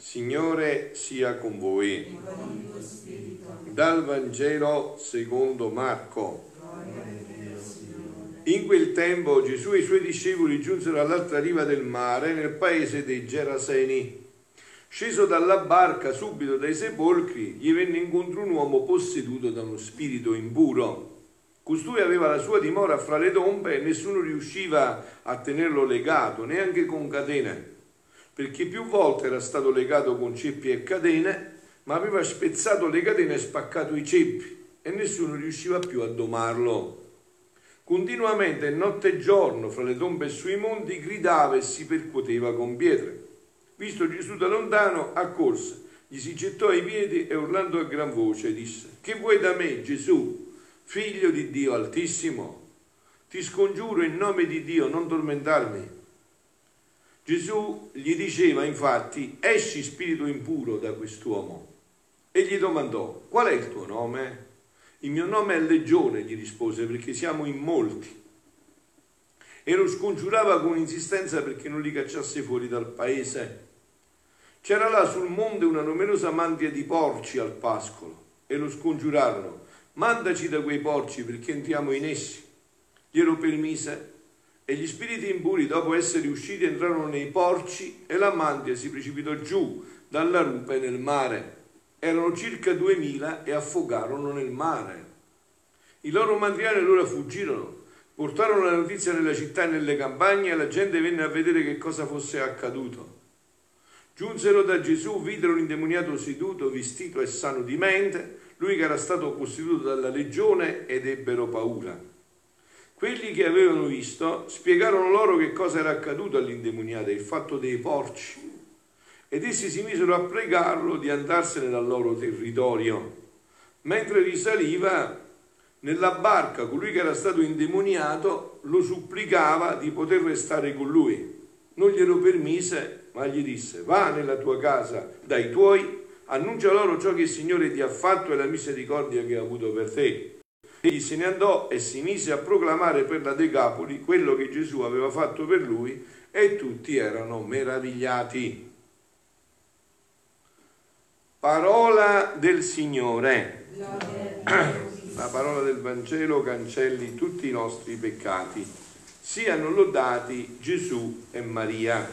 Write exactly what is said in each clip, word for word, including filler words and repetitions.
Signore sia con voi. Dal Vangelo secondo Marco. In quel tempo Gesù e i suoi discepoli giunsero all'altra riva del mare, nel paese dei Geraseni. Sceso dalla barca, subito dai sepolcri, gli venne incontro un uomo posseduto da uno spirito impuro. Costui aveva la sua dimora fra le tombe e nessuno riusciva a tenerlo legato, neanche con catene, perché più volte era stato legato con ceppi e catene, ma aveva spezzato le catene e spaccato i ceppi, e nessuno riusciva più a domarlo. Continuamente, notte e giorno, fra le tombe e sui monti, gridava e si percuoteva con pietre. Visto Gesù da lontano, accorse, gli si gettò ai piedi e urlando a gran voce disse: «Che vuoi da me, Gesù, figlio di Dio Altissimo? Ti scongiuro in nome di Dio, non tormentarmi». Gesù gli diceva infatti: «Esci spirito impuro da quest'uomo». E gli domandò: «Qual è il tuo nome?» «Il mio nome è Legione», gli rispose, «perché siamo in molti». E lo scongiurava con insistenza perché non li cacciasse fuori dal paese. C'era là sul monte una numerosa mantia di porci al pascolo, e lo scongiurarono: «Mandaci da quei porci perché entriamo in essi». Glielo permise, e gli spiriti impuri, dopo essere usciti, entrarono nei porci e la mantia si precipitò giù dalla rupe nel mare. Erano circa duemila e affogarono nel mare. I loro mandriani allora fuggirono, portarono la notizia nella città e nelle campagne, e la gente venne a vedere che cosa fosse accaduto. Giunsero da Gesù, videro un indemoniato seduto, vestito e sano di mente, lui che era stato posseduto dalla legione, ed ebbero paura. Quelli che avevano visto spiegarono loro che cosa era accaduto all'indemoniato, il fatto dei porci, ed essi si misero a pregarlo di andarsene dal loro territorio. Mentre risaliva nella barca, colui che era stato indemoniato lo supplicava di poter restare con lui. Non glielo permise, ma gli disse: «Va nella tua casa dai tuoi, annuncia loro ciò che il Signore ti ha fatto e la misericordia che ha avuto per te». Egli se ne andò e si mise a proclamare per la Decapoli quello che Gesù aveva fatto per lui, e tutti erano meravigliati. Parola del Signore. La parola del Vangelo cancelli tutti i nostri peccati. Siano lodati Gesù e Maria.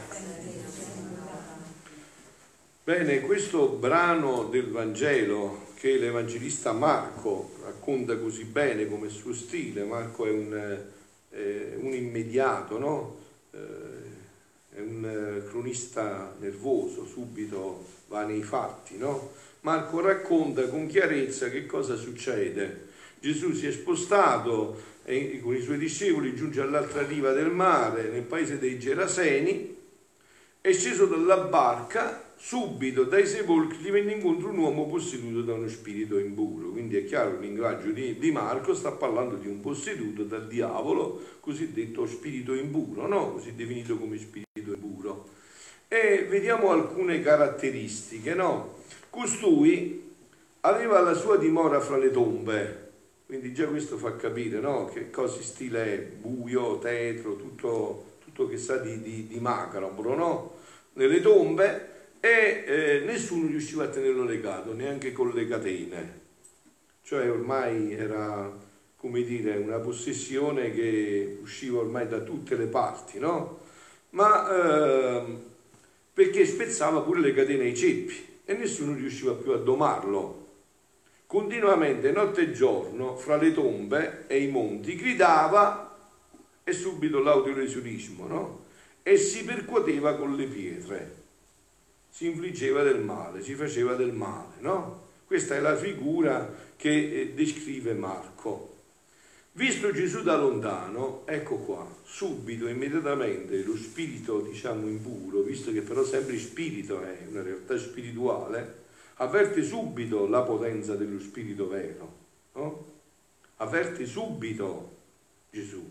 Bene, questo brano del Vangelo che l'Evangelista Marco racconta così bene come suo stile. Marco è un, eh, un immediato, no? Eh, è un cronista nervoso, subito va nei fatti, no? Marco racconta con chiarezza che cosa succede. Gesù si è spostato e con i suoi discepoli giunge all'altra riva del mare, nel paese dei Geraseni. È sceso dalla barca, subito dai sepolcri gli venne incontro un uomo posseduto da uno spirito impuro. Quindi è chiaro, il linguaggio di, di Marco sta parlando di un posseduto dal diavolo, cosiddetto spirito impuro, no? Così definito come spirito impuro. E vediamo alcune caratteristiche, no? Costui aveva la sua dimora fra le tombe, quindi già questo fa capire, no? Che cosa stile è, buio, tetro, tutto, tutto che sa di, di, di macabro, no? Nelle tombe, e eh, nessuno riusciva a tenerlo legato, neanche con le catene. Cioè ormai era, come dire, una possessione che usciva ormai da tutte le parti, no? Ma eh, perché spezzava pure le catene ai ceppi e nessuno riusciva più a domarlo. Continuamente, notte e giorno, fra le tombe e i monti, gridava, e subito l'autolesionismo, no? E si percuoteva con le pietre, si infliggeva del male, si faceva del male, no? Questa è la figura che descrive Marco. Visto Gesù da lontano, ecco qua, subito, immediatamente, lo spirito, diciamo, impuro, visto che però sempre spirito è una realtà spirituale, avverte subito la potenza dello spirito vero, no? Avverte subito Gesù.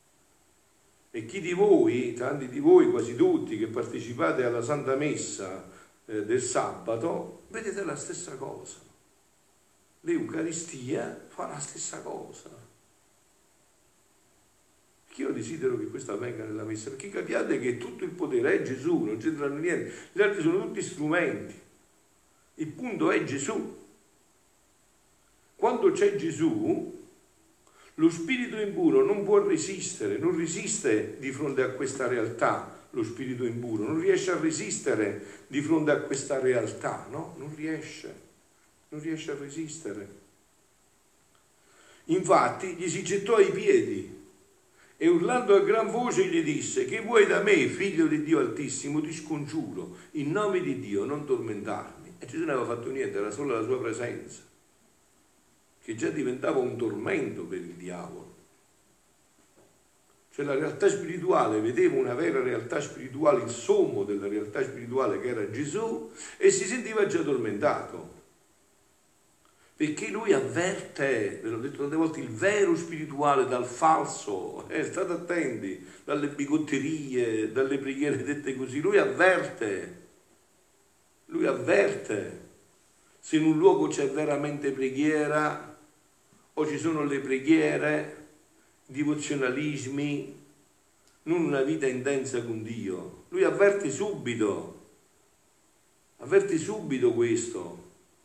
E chi di voi, tanti di voi, quasi tutti, che partecipate alla Santa Messa eh, del sabato, vedete la stessa cosa. L'Eucaristia fa la stessa cosa. Perché io desidero che questo avvenga nella messa, perché capiate che tutto il potere è Gesù, non c'entrano niente, gli altri sono tutti strumenti, il punto è Gesù. Quando c'è Gesù, lo spirito impuro non può resistere, non resiste di fronte a questa realtà, lo spirito impuro non riesce a resistere di fronte a questa realtà, no? Non riesce, non riesce a resistere. Infatti gli si gettò ai piedi e urlando a gran voce gli disse: che vuoi da me, figlio di Dio Altissimo? Ti scongiuro in nome di Dio non tormentarmi. E Gesù non aveva fatto niente, era solo la sua presenza che già diventava un tormento per il diavolo. Cioè la realtà spirituale vedeva una vera realtà spirituale, il sommo della realtà spirituale che era Gesù, e si sentiva già tormentato. Perché lui avverte, ve l'ho detto tante volte, il vero spirituale dal falso. Eh, state attenti, dalle bigotterie, dalle preghiere dette così. Lui avverte, lui avverte se in un luogo c'è veramente preghiera o ci sono le preghiere, devozionalismi, non una vita intensa con Dio. Lui avverte subito, avverte subito questo.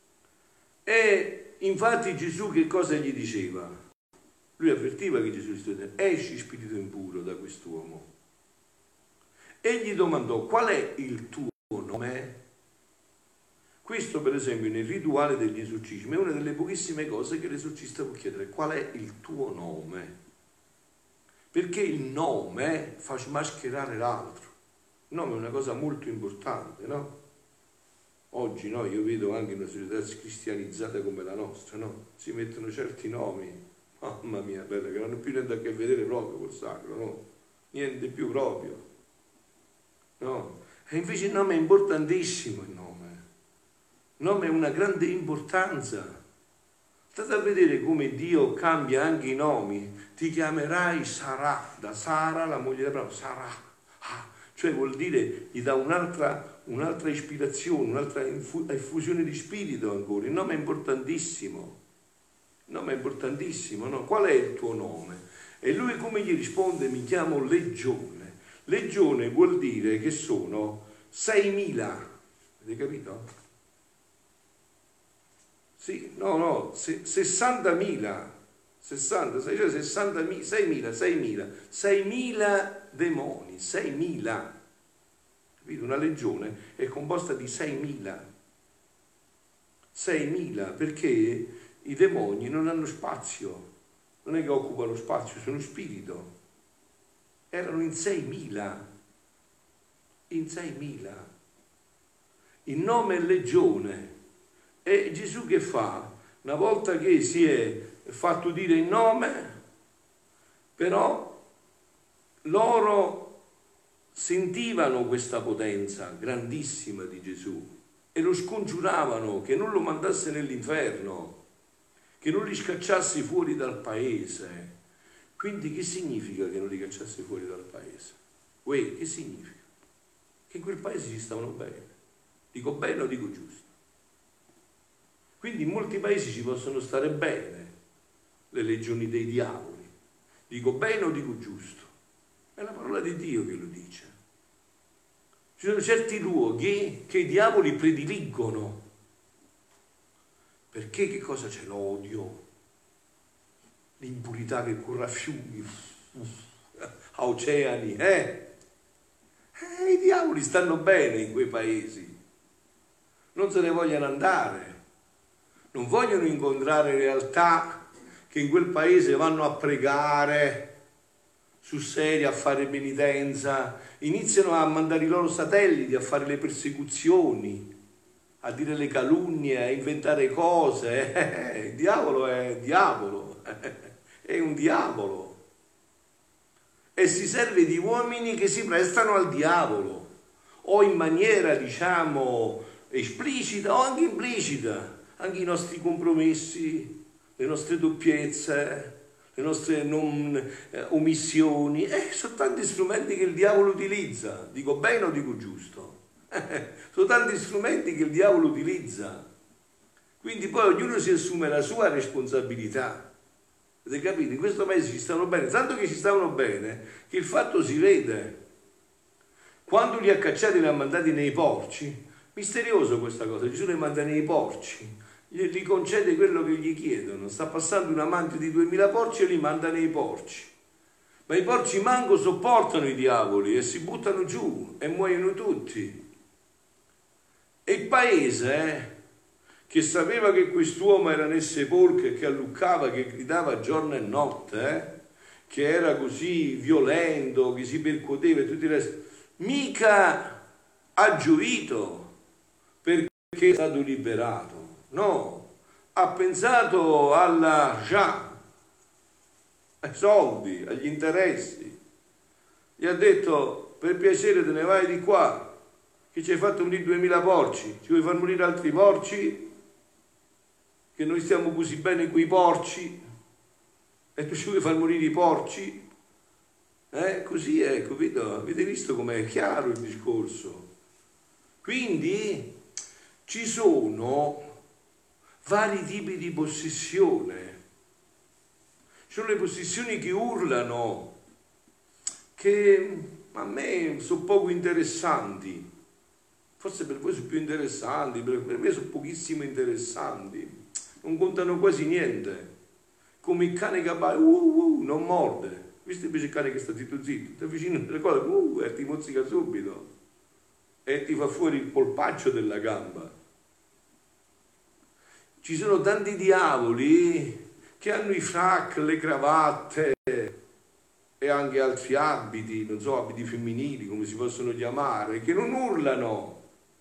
E infatti Gesù che cosa gli diceva? Lui avvertiva che Gesù gli diceva: esci spirito impuro da quest'uomo. E gli domandò: qual è il tuo nome? Questo per esempio nel rituale degli esorcismi è una delle pochissime cose che l'esorcista può chiedere: qual è il tuo nome? Perché il nome fa smascherare l'altro. Il nome è una cosa molto importante, no? Oggi no, io vedo anche in una società cristianizzata come la nostra, no? Si mettono certi nomi, mamma mia, bella, che non hanno più niente a che vedere proprio col sacro, no? Niente più proprio, no? E invece il nome è importantissimo, il nome. Il nome è una grande importanza. State a vedere come Dio cambia anche i nomi. Ti chiamerai Sarà, da Sara, la moglie di Abramo, Sarà. Ah, cioè vuol dire, gli dà un'altra, un'altra ispirazione, un'altra effusione di spirito ancora. Il nome è importantissimo. Il nome è importantissimo, no? Qual è il tuo nome? E lui come gli risponde? Mi chiamo Legione. Legione vuol dire che sono seimila. Avete capito? Sì, no, no, sessantamila, sessanta, cioè sessantamila, seimila, seimila, seimila demoni, seimila. Capito? Una legione è composta di seimila, seimila, perché i demoni non hanno spazio, non è che occupano spazio, sono spirito. Erano in seimila, in seimila. Il nome è legione. E Gesù che fa? Una volta che si è fatto dire il nome, però loro sentivano questa potenza grandissima di Gesù e lo scongiuravano che non lo mandasse nell'inferno, che non li scacciasse fuori dal paese. Quindi che significa che non li cacciasse fuori dal paese? Uè, che significa? Che in quel paese ci stavano bene. Dico bene o dico giusto? Quindi in molti paesi ci possono stare bene le legioni dei diavoli. Dico bene o dico giusto? È la parola di Dio che lo dice. Ci sono certi luoghi che i diavoli prediligono. Perché che cosa c'è? L'odio, l'impurità che corre a fiumi, a oceani, eh? eh? I diavoli stanno bene in quei paesi. Non se ne vogliono andare. Non vogliono incontrare realtà che in quel paese vanno a pregare sul serio, a fare penitenza, iniziano a mandare i loro satelliti a fare le persecuzioni, a dire le calunnie, a inventare cose. Eh, il diavolo è diavolo, è un diavolo. E si serve di uomini che si prestano al diavolo, o in maniera, diciamo, esplicita o anche implicita. Anche i nostri compromessi, le nostre doppiezze, le nostre non, eh, omissioni, eh, sono tanti strumenti che il diavolo utilizza. Dico bene o dico giusto? Eh, sono tanti strumenti che il diavolo utilizza. Quindi poi ognuno si assume la sua responsabilità. Avete capito? In questo paese ci stavano bene, tanto che ci stavano bene, che il fatto si vede. Quando li ha cacciati e li ha mandati nei porci, misterioso questa cosa, Gesù li manda nei porci, gli concede quello che gli chiedono, sta passando un amante di duemila porci e li manda nei porci. Ma i porci manco sopportano i diavoli e si buttano giù e muoiono tutti. E il paese, eh, che sapeva che quest'uomo era nel sepolcro e che alluccava, che gridava giorno e notte, eh, che era così violento, che si percuoteva e tutto il resto, mica ha gioito perché è stato liberato, no, ha pensato alla già, ai soldi, agli interessi, gli ha detto per piacere te ne vai di qua, che ci hai fatto morire duemila porci, ci vuoi far morire altri porci? Che noi stiamo così bene con i porci e tu ci vuoi far morire i porci? Eh, così è, capito? Avete visto com'è chiaro il discorso? Quindi ci sono vari tipi di possessione. Ci sono le possessioni che urlano, che a me sono poco interessanti. Forse per voi sono più interessanti, per me sono pochissimo interessanti. Non contano quasi niente. Come il cane che abbaia, uh, uh, non morde. Visto invece il cane che sta zitto zitto, ti avvicina alle cose, uh, e ti mozzica subito e ti fa fuori il polpaccio della gamba. Ci sono tanti diavoli che hanno i frac, le cravatte e anche altri abiti, non so, abiti femminili come si possono chiamare, che non urlano,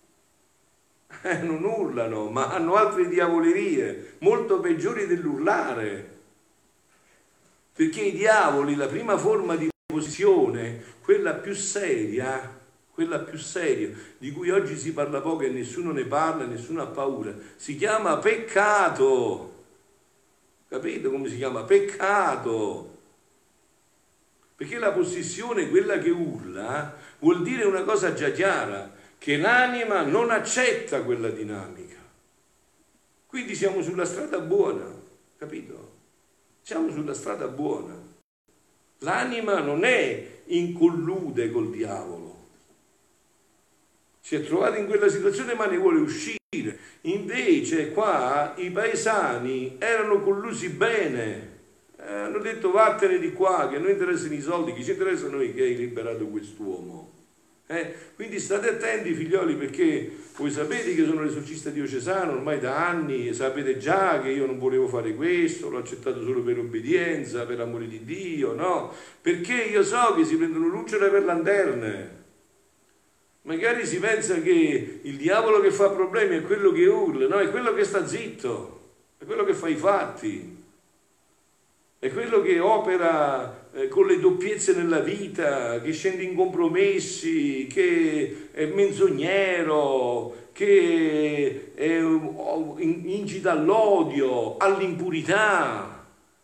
eh, non urlano, ma hanno altre diavolerie molto peggiori dell'urlare. Perché i diavoli, la prima forma di possessione, quella più seria, quella più seria, di cui oggi si parla poco e nessuno ne parla, nessuno ha paura, si chiama peccato. Capito come si chiama? Peccato. Perché la possessione, quella che urla, vuol dire una cosa già chiara, che l'anima non accetta quella dinamica. Quindi siamo sulla strada buona, capito? Siamo sulla strada buona. L'anima non è in collude col diavolo. Si è trovata in quella situazione ma ne vuole uscire. Invece qua i paesani erano collusi bene. Eh, hanno detto vattene di qua, che non interessano i soldi, chi ci interessa a noi che hai liberato quest'uomo. Eh? Quindi state attenti figlioli, perché voi sapete che sono l'esorcista diocesano ormai da anni e sapete già che io non volevo fare questo, l'ho accettato solo per obbedienza, per amore di Dio, no? Perché io so che si prendono lucciole per lanterne. Magari si pensa che il diavolo che fa problemi è quello che urla, no? È quello che sta zitto, è quello che fa i fatti, è quello che opera eh, con le doppiezze nella vita, che scende in compromessi, che è menzognero, che è, incita all'odio, all'impurità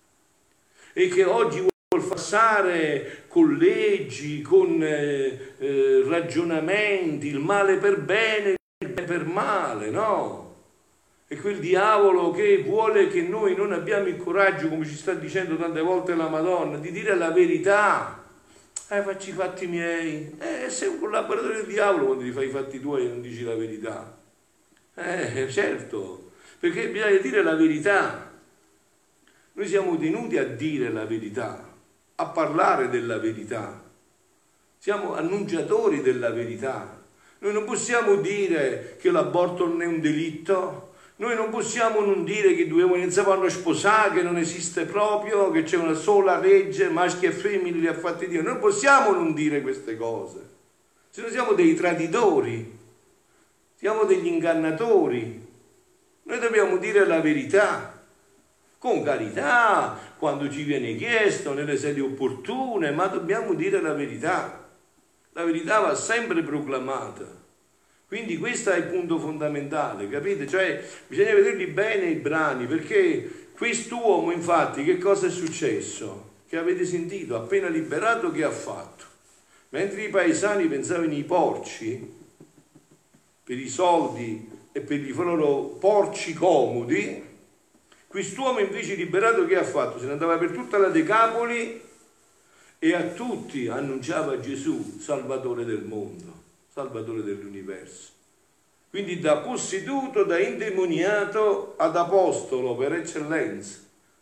e che oggi vuol passare con leggi, con eh, eh, ragionamenti, il male per bene, il bene per male, no? È quel diavolo che vuole che noi non abbiamo il coraggio, come ci sta dicendo tante volte la Madonna, di dire la verità. Eh, faccio i fatti miei. Eh, sei un collaboratore del diavolo quando ti fai i fatti tuoi e non dici la verità. Eh, certo, perché bisogna dire la verità. Noi siamo tenuti a dire la verità, a parlare della verità. Siamo annunciatori della verità. Noi non possiamo dire che l'aborto non è un delitto. Noi non possiamo non dire che due uomini non si possono sposare, che non esiste proprio, che c'è una sola legge, maschi e femmine li ha fatti Dio. Non possiamo non dire queste cose, se no siamo dei traditori, siamo degli ingannatori. Noi dobbiamo dire la verità, con carità, quando ci viene chiesto, nelle sedi opportune, ma dobbiamo dire la verità. La verità va sempre proclamata. Quindi questo è il punto fondamentale, capite? Cioè bisogna vederli bene i brani, perché quest'uomo infatti che cosa è successo? Che avete sentito, appena liberato che ha fatto? Mentre i paesani pensavano ai porci, per i soldi e per i loro porci comodi, Quest'uomo invece liberato che ha fatto? Se ne andava per tutta la Decapoli e a tutti annunciava Gesù, Salvatore del mondo, Salvatore dell'universo. Quindi da posseduto, da indemoniato ad apostolo per eccellenza.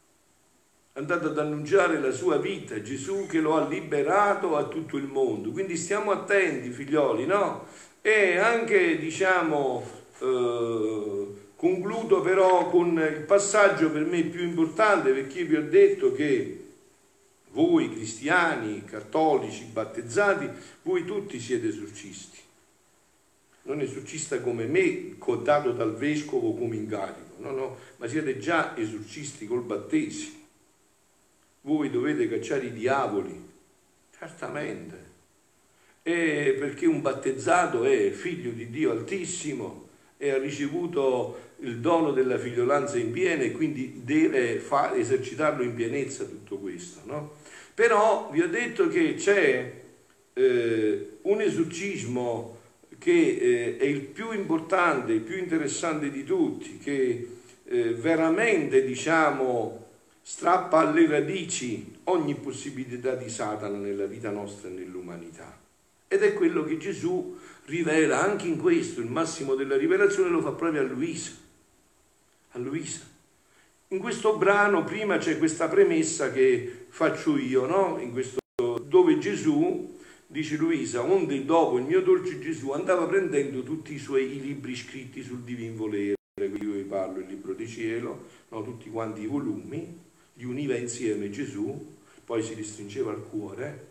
È andato ad annunciare la sua vita, Gesù che lo ha liberato a tutto il mondo. Quindi stiamo attenti, figlioli, no? E anche, diciamo, eh, concludo però con il passaggio per me più importante, perché io vi ho detto che voi cristiani, cattolici, battezzati, voi tutti siete esorcisti. Non esorcista come me, dato dal vescovo come incarico, no, no, ma siete già esorcisti col battesimo. Voi dovete cacciare i diavoli, certamente, e perché un battezzato è figlio di Dio Altissimo e ha ricevuto il dono della figliolanza in pieno e quindi deve fare, esercitarlo in pienezza tutto questo, no? Però vi ho detto che c'è eh, un esorcismo che eh, è il più importante, il più interessante di tutti, che eh, veramente, diciamo, strappa alle radici ogni possibilità di Satana nella vita nostra e nell'umanità. Ed è quello che Gesù rivela anche in questo, il massimo della rivelazione lo fa proprio a Luisa. A Luisa. In questo brano prima c'è questa premessa che faccio io, no? In questo, dove Gesù, dice Luisa, onde dopo il mio dolce Gesù andava prendendo tutti i suoi i libri scritti sul divin volere, io vi parlo, il libro di cielo, no? Tutti quanti i volumi, li univa insieme Gesù, poi si ristringeva al cuore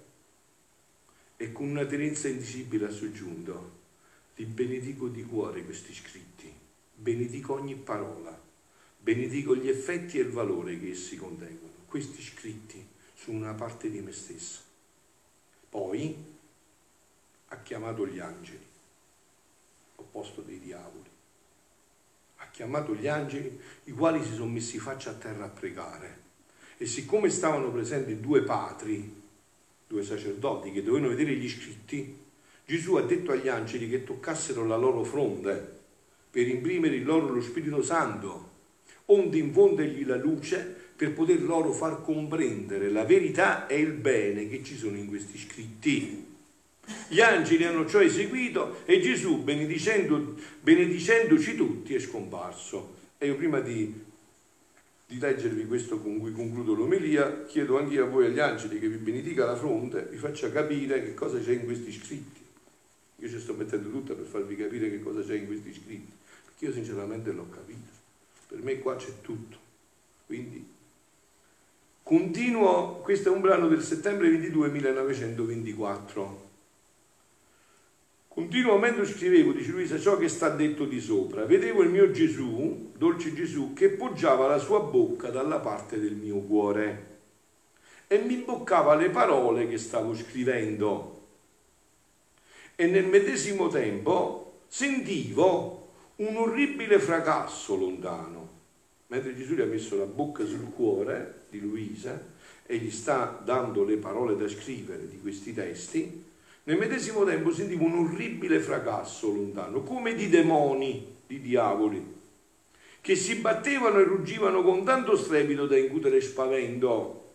e con una tenerezza invisibile ha soggiunto: li benedico di cuore questi scritti, benedico ogni parola, benedico gli effetti e il valore che essi contengono. Questi scritti sono una parte di me stesso. Poi ha chiamato gli angeli, al posto dei diavoli. Ha chiamato gli angeli, i quali si sono messi faccia a terra a pregare. E siccome stavano presenti due patri, due sacerdoti che dovevano vedere gli scritti, Gesù ha detto agli angeli che toccassero la loro fronte per imprimere in loro lo Spirito Santo, onde infondergli la luce per poter loro far comprendere la verità e il bene che ci sono in questi scritti. Gli angeli hanno ciò eseguito e Gesù, benedicendo, benedicendoci tutti, è scomparso. E io prima di di leggervi questo con cui concludo l'omelia, chiedo anche a voi, agli angeli, che vi benedica la fronte, vi faccia capire che cosa c'è in questi scritti. Io ci sto mettendo tutta per farvi capire che cosa c'è in questi scritti, perché io sinceramente l'ho capito. Per me qua c'è tutto. Quindi continuo, questo è un brano del settembre ventidue millenovecentoventiquattro. Continuo mentre scrivevo, dice Luisa, ciò che sta detto di sopra. Vedevo il mio Gesù, dolce Gesù, che poggiava la sua bocca dalla parte del mio cuore e mi imboccava le parole che stavo scrivendo. E nel medesimo tempo sentivo un orribile fracasso lontano. Mentre Gesù gli ha messo la bocca sul cuore di Luisa e gli sta dando le parole da scrivere di questi testi, nel medesimo tempo sentivo un orribile fracasso lontano, come di demoni, di diavoli, che si battevano e ruggivano con tanto strepito da incutere spavento.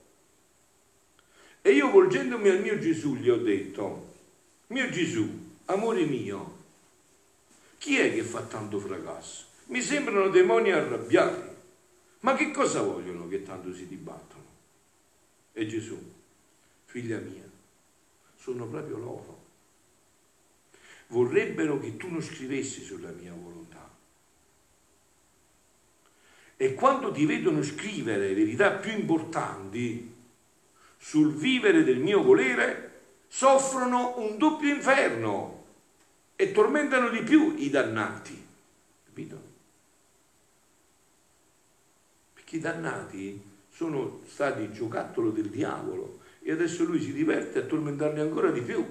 E io, volgendomi al mio Gesù, gli ho detto: mio Gesù, amore mio, chi è che fa tanto fracasso? Mi sembrano demoni arrabbiati. Ma che cosa vogliono che tanto si dibattono? E Gesù, figlia mia, sono proprio loro. Vorrebbero che tu non scrivessi sulla mia volontà. E quando ti vedono scrivere verità più importanti sul vivere del mio volere, soffrono un doppio inferno e tormentano di più i dannati. Capito? Perché i dannati sono stati giocattolo del diavolo e adesso lui si diverte a tormentarli ancora di più.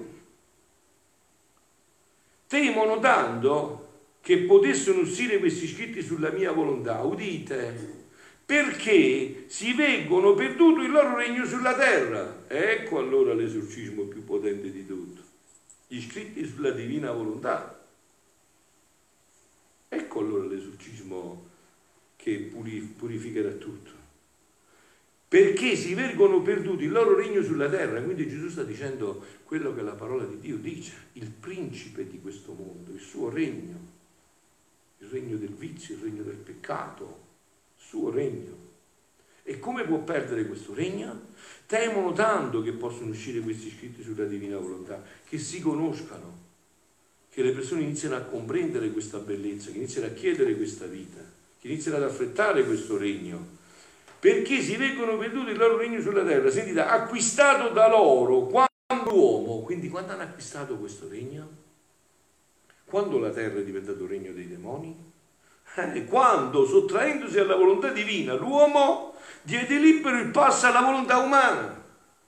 Temono tanto che potessero uscire questi scritti sulla mia volontà, udite, perché si veggono perduto il loro regno sulla terra. Ecco allora l'esorcismo più potente di tutto, gli scritti sulla divina volontà. Ecco allora l'esorcismo che che purificherà tutto. Perché si vergono perduti il loro regno sulla terra. Quindi Gesù sta dicendo quello che la parola di Dio dice, il principe di questo mondo, il suo regno, il regno del vizio, il regno del peccato, il suo regno. E come può perdere questo regno? Temono tanto che possono uscire questi scritti sulla divina volontà, che si conoscano, che le persone iniziano a comprendere questa bellezza, che iniziano a chiedere questa vita, che iniziano ad affrettare questo regno. Perché si vengono perduti il loro regno sulla terra, sentite, acquistato da loro quando l'uomo, quindi quando hanno acquistato questo regno? Quando la terra è diventato regno dei demoni? Eh, quando, sottraendosi alla volontà divina, l'uomo diede libero il passo alla volontà umana.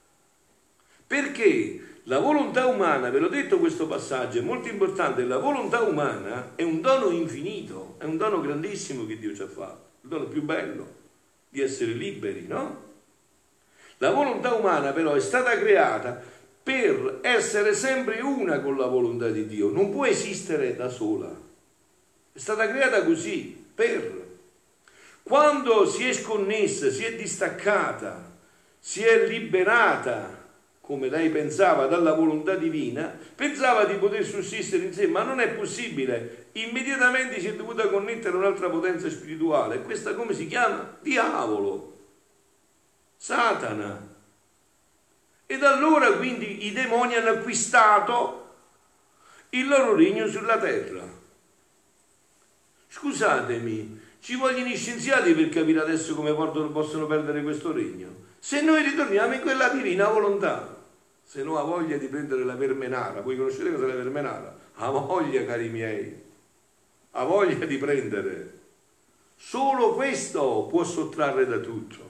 Perché la volontà umana, ve l'ho detto questo passaggio, è molto importante, la volontà umana è un dono infinito, è un dono grandissimo che Dio ci ha fatto, il dono più bello di essere liberi, no? La volontà umana però è stata creata per essere sempre una con la volontà di Dio, non può esistere da sola, è stata creata così, per. Quando si è sconnessa, si è distaccata, si è liberata, come lei pensava, dalla volontà divina, pensava di poter sussistere insieme, ma non è possibile. Immediatamente si è dovuta connettere a un'altra potenza spirituale. Questa come si chiama? Diavolo, Satana. Ed allora quindi i demoni hanno acquistato il loro regno sulla terra. Scusatemi, ci vogliono gli scienziati per capire adesso come possono perdere questo regno. Se noi ritorniamo in quella divina volontà, se no ha voglia di prendere la vermenara. Voi conoscete cosa è la vermenara? Ha voglia, cari miei, ha voglia di prendere. Solo questo può sottrarre da tutto.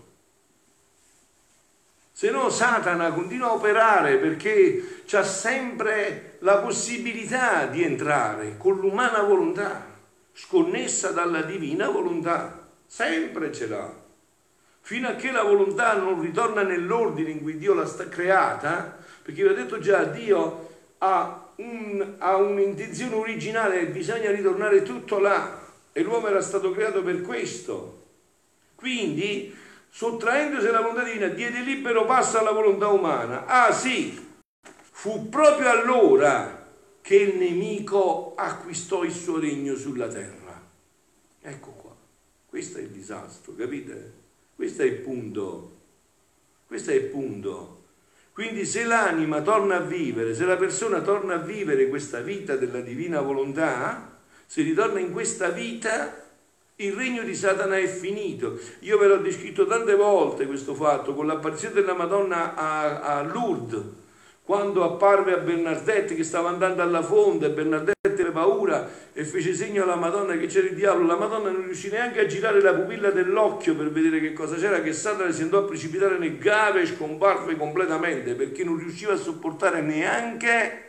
Se no Satana continua a operare, perché c'ha sempre la possibilità di entrare con l'umana volontà, sconnessa dalla divina volontà, sempre ce l'ha. Fino a che la volontà non ritorna nell'ordine in cui Dio l'ha creata, perché vi ho detto già, Dio ha, un, ha un'intenzione originale, bisogna ritornare tutto là, e l'uomo era stato creato per questo. Quindi, sottraendosi alla volontà divina, diede libero passo alla volontà umana. Ah sì, fu proprio allora che il nemico acquistò il suo regno sulla terra. Ecco qua, questo è il disastro, capite? Questo è il punto, questo è il punto. Quindi se l'anima torna a vivere, se la persona torna a vivere questa vita della divina volontà, se ritorna in questa vita, il regno di Satana è finito. Io ve l'ho descritto tante volte questo fatto, con l'apparizione della Madonna a, a Lourdes, quando apparve a Bernadette che stava andando alla fonte, Bernadette aveva paura e fece segno alla Madonna che c'era il diavolo. La Madonna non riuscì neanche a girare la pupilla dell'occhio per vedere che cosa c'era, che Satana si andò a precipitare nel Gave e scomparve completamente, perché non riusciva a sopportare neanche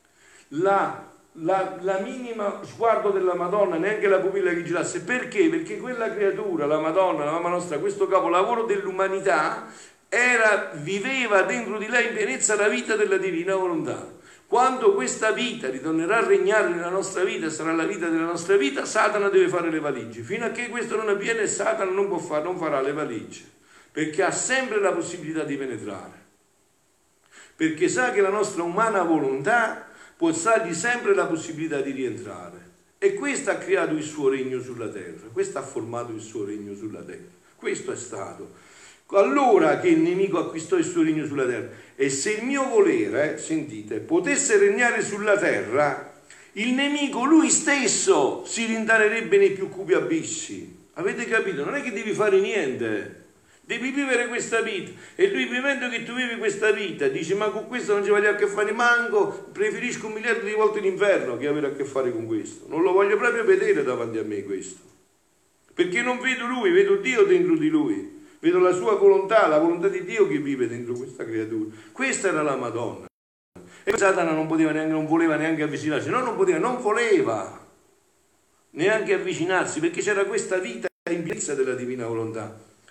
la, la, la minima sguardo della Madonna, neanche la pupilla che girasse. Perché? Perché quella creatura, la Madonna, la mamma nostra, questo capolavoro dell'umanità, era, viveva dentro di lei in pienezza la vita della divina volontà. Quando questa vita ritornerà a regnare nella nostra vita, sarà la vita della nostra vita, Satana deve fare le valigie. Fino a che questo non avviene, Satana non può fare, non farà le valigie, perché ha sempre la possibilità di penetrare, perché sa che la nostra umana volontà può dargli sempre la possibilità di rientrare. E questo ha creato il suo regno sulla terra, questo ha formato il suo regno sulla terra, questo è stato. Allora che il nemico acquistò il suo regno sulla terra. E se il mio volere, sentite, potesse regnare sulla terra, il nemico lui stesso si rintanerebbe nei più cupi abissi. Avete capito? Non è che devi fare niente, devi vivere questa vita. E lui, vivendo che tu vivi questa vita, dice: ma con questo non ci voglio a che fare manco, preferisco un miliardo di volte l'inferno che avere a che fare con questo. Non lo voglio proprio vedere davanti a me questo, perché non vedo lui, vedo Dio dentro di lui. Vedo la sua volontà, la volontà di Dio che vive dentro questa creatura. Questa era la Madonna. E Satana non poteva neanche, non voleva neanche avvicinarsi. No, non poteva, non voleva neanche avvicinarsi, perché c'era questa vita in pienezza della divina volontà.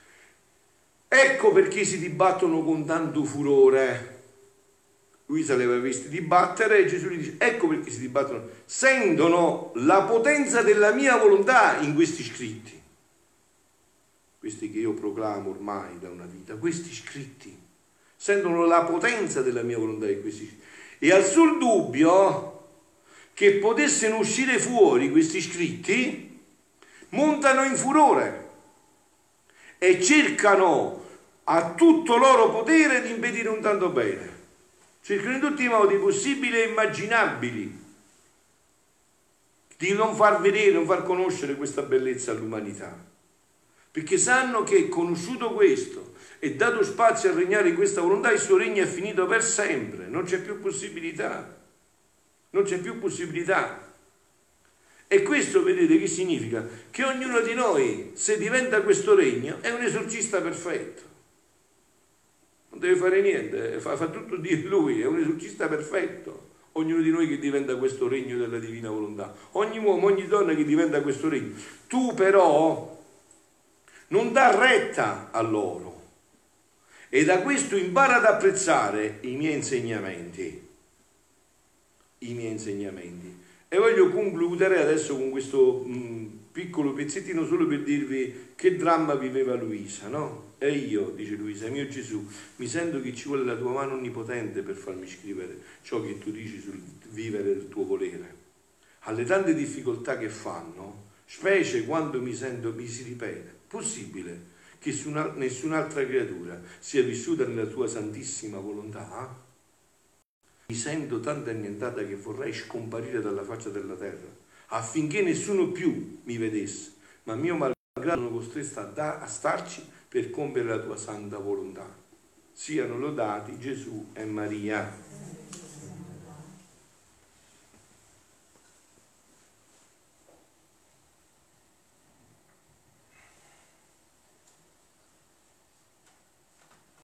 Ecco perché si dibattono con tanto furore. Luisa li aveva visti dibattere e Gesù gli dice: ecco perché si dibattono. Sentono la potenza della mia volontà in questi scritti. questi che io proclamo ormai da una vita, questi scritti, sentono la potenza della mia volontà di questi scritti. E al sul dubbio che potessero uscire fuori questi scritti, montano in furore e cercano a tutto loro potere di impedire un tanto bene. Cercano in tutti i modi possibili e immaginabili di non far vedere, non far conoscere questa bellezza all'umanità, perché sanno che conosciuto questo e dato spazio a regnare in questa volontà, il suo regno è finito per sempre, non c'è più possibilità, non c'è più possibilità. E questo, vedete, che significa? Che ognuno di noi, se diventa questo regno, è un esorcista perfetto, non deve fare niente, fa, fa tutto di lui, è un esorcista perfetto. Ognuno di noi che diventa questo regno della divina volontà, ogni uomo, ogni donna che diventa questo regno. Tu però non dà retta a loro, e da questo impara ad apprezzare i miei insegnamenti, i miei insegnamenti. E voglio concludere adesso con questo mh, piccolo pezzettino solo per dirvi che dramma viveva Luisa, no? E io, dice Luisa, mio Gesù, mi sento che ci vuole la tua mano onnipotente per farmi scrivere ciò che tu dici sul vivere il tuo volere. Alle tante difficoltà che fanno, specie quando mi sento, mi si ripete, possibile che su una, nessun'altra creatura sia vissuta nella tua santissima volontà? Mi sento tanto annientata che vorrei scomparire dalla faccia della terra, affinché nessuno più mi vedesse, ma mio malgrado sono costretta a, da, a starci per compiere la tua santa volontà. Siano lodati Gesù e Maria.